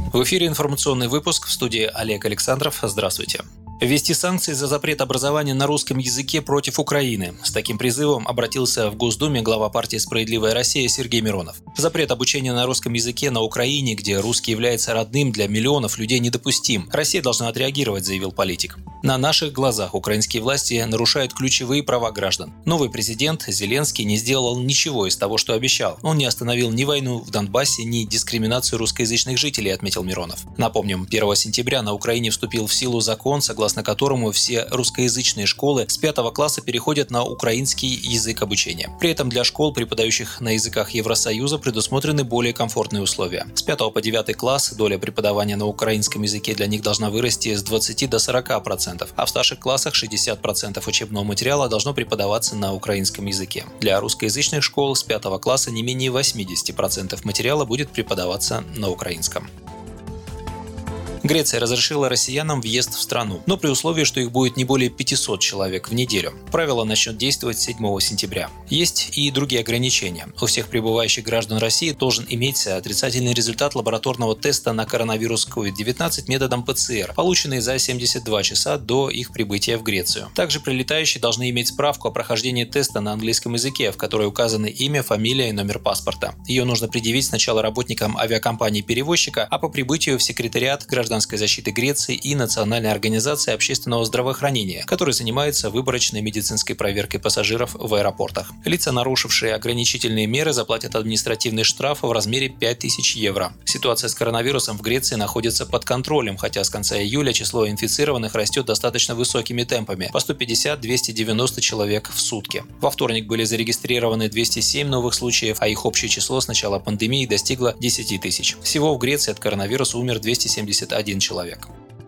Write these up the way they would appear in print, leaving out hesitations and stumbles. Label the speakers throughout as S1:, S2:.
S1: В эфире информационный выпуск, в студии Олег Александров. Здравствуйте. Ввести санкции за запрет образования на русском языке против Украины. С таким призывом обратился в Госдуме глава партии «Справедливая Россия» Сергей Миронов. Запрет обучения на русском языке на Украине, где русский является родным для миллионов людей, недопустим. Россия должна отреагировать, заявил политик. На наших глазах украинские власти нарушают ключевые права граждан. Новый президент Зеленский не сделал ничего из того, что обещал. Он не остановил ни войну в Донбассе, ни дискриминацию русскоязычных жителей, отметил Миронов. Напомним, 1 сентября на Украине вступил в силу закон, согласно которому все русскоязычные школы с 5 класса переходят на украинский язык обучения. При этом для школ, преподающих на языках Евросоюза, предусмотрены более комфортные условия. С 5 по 9 класс доля преподавания на украинском языке для них должна вырасти с 20 до 40%, а в старших классах 60% учебного материала должно преподаваться на украинском языке. Для русскоязычных школ с 5 класса не менее 80% материала будет преподаваться на украинском. Греция разрешила россиянам въезд в страну, но при условии, что их будет не более 500 человек в неделю. Правило начнет действовать 7 сентября. Есть и другие ограничения. У всех прибывающих граждан России должен иметься отрицательный результат лабораторного теста на коронавирус COVID-19 методом ПЦР, полученный за 72 часа до их прибытия в Грецию. Также прилетающие должны иметь справку о прохождении теста на английском языке, в которой указаны имя, фамилия и номер паспорта. Ее нужно предъявить сначала работникам авиакомпании-перевозчика, а по прибытию в секретариат гражданской защиты Греции и Национальной организации общественного здравоохранения, который занимается выборочной медицинской проверкой пассажиров в аэропортах. Лица, нарушившие ограничительные меры, заплатят административный штраф в размере 5000 евро. Ситуация с коронавирусом в Греции находится под контролем, хотя с конца июля число инфицированных растет достаточно высокими темпами – по 150-290 человек в сутки. Во вторник были зарегистрированы 207 новых случаев, а их общее число с начала пандемии достигло 10 тысяч. Всего в Греции от коронавируса умер 271 человек.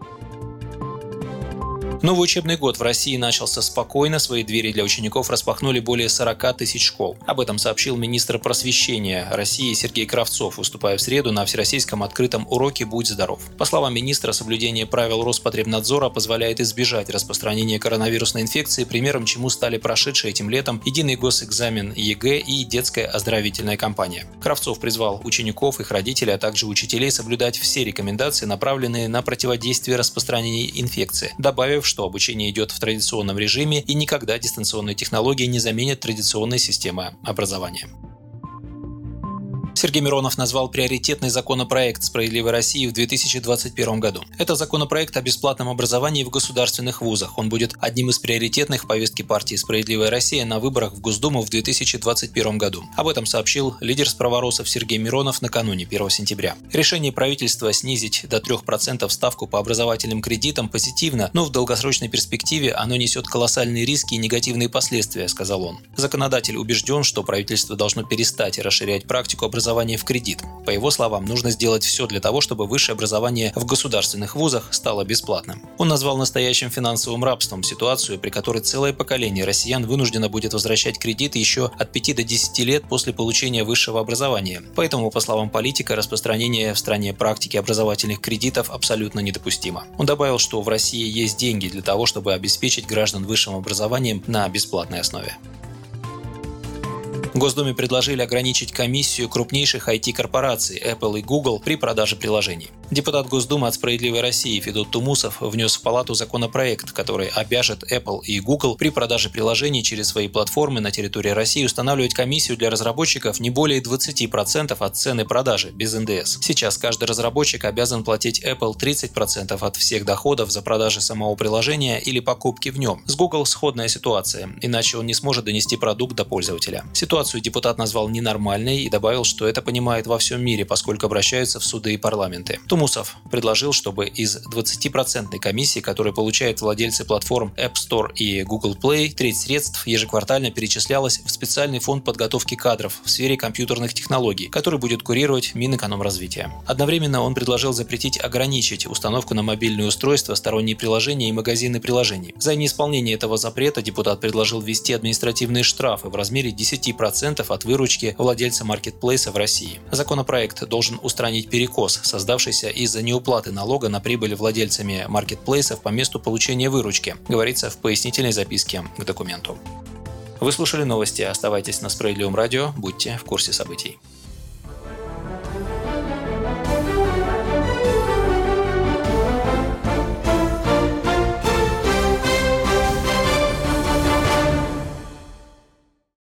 S1: Новый учебный год в России начался спокойно, свои двери для учеников распахнули более 40 тысяч школ. Об этом сообщил министр просвещения России Сергей Кравцов, выступая в среду на всероссийском открытом уроке «Будь здоров». По словам министра, соблюдение правил Роспотребнадзора позволяет избежать распространения коронавирусной инфекции, примером чему стали прошедшие этим летом единый госэкзамен ЕГЭ и детская оздоровительная кампания. Кравцов призвал учеников, их родителей, а также учителей соблюдать все рекомендации, направленные на противодействие распространению инфекции, добавив, что обучение идет в традиционном режиме и никогда дистанционные технологии не заменят традиционной системы образования. Сергей Миронов назвал приоритетный законопроект «Справедливой России» в 2021 году. Это законопроект о бесплатном образовании в государственных вузах. Он будет одним из приоритетных в повестке партии «Справедливая Россия» на выборах в Госдуму в 2021 году. Об этом сообщил лидер справоросов Сергей Миронов накануне 1 сентября. Решение правительства снизить до 3% ставку по образовательным кредитам позитивно, но в долгосрочной перспективе оно несет колоссальные риски и негативные последствия, сказал он. Законодатель убежден, что правительство должно перестать расширять практику образования в кредит. По его словам, нужно сделать все для того, чтобы высшее образование в государственных вузах стало бесплатным. Он назвал настоящим финансовым рабством ситуацию, при которой целое поколение россиян вынуждено будет возвращать кредиты еще от 5 до 10 лет после получения высшего образования. Поэтому, по словам политика, распространение в стране практики образовательных кредитов абсолютно недопустимо. Он добавил, что в России есть деньги для того, чтобы обеспечить граждан высшим образованием на бесплатной основе. В Госдуме предложили ограничить комиссию крупнейших IT-корпораций Apple и Google при продаже приложений. Депутат Госдумы от «Справедливой России» Федот Тумусов внес в Палату законопроект, который обяжет Apple и Google при продаже приложений через свои платформы на территории России устанавливать комиссию для разработчиков не более 20% от цены продажи, без НДС. Сейчас каждый разработчик обязан платить Apple 30% от всех доходов за продажи самого приложения или покупки в нем. С Google сходная ситуация, иначе он не сможет донести продукт до пользователя. Ситуацию депутат назвал ненормальной и добавил, что это понимает во всем мире, поскольку обращаются в суды и парламенты. Тумусов предложил, чтобы из 20% комиссии, которую получают владельцы платформ App Store и Google Play, треть средств ежеквартально перечислялась в специальный фонд подготовки кадров в сфере компьютерных технологий, который будет курировать Минэкономразвития. Одновременно он предложил ограничить установку на мобильные устройства, сторонние приложения и магазины приложений. За неисполнение этого запрета депутат предложил ввести административные штрафы в размере 10% от выручки владельца маркетплейса в России. Законопроект должен устранить перекос, создавшийся из-за неуплаты налога на прибыль владельцами маркетплейсов по месту получения выручки, говорится в пояснительной записке к документу. Вы слушали новости. Оставайтесь на Справедливом радио. Будьте в курсе событий.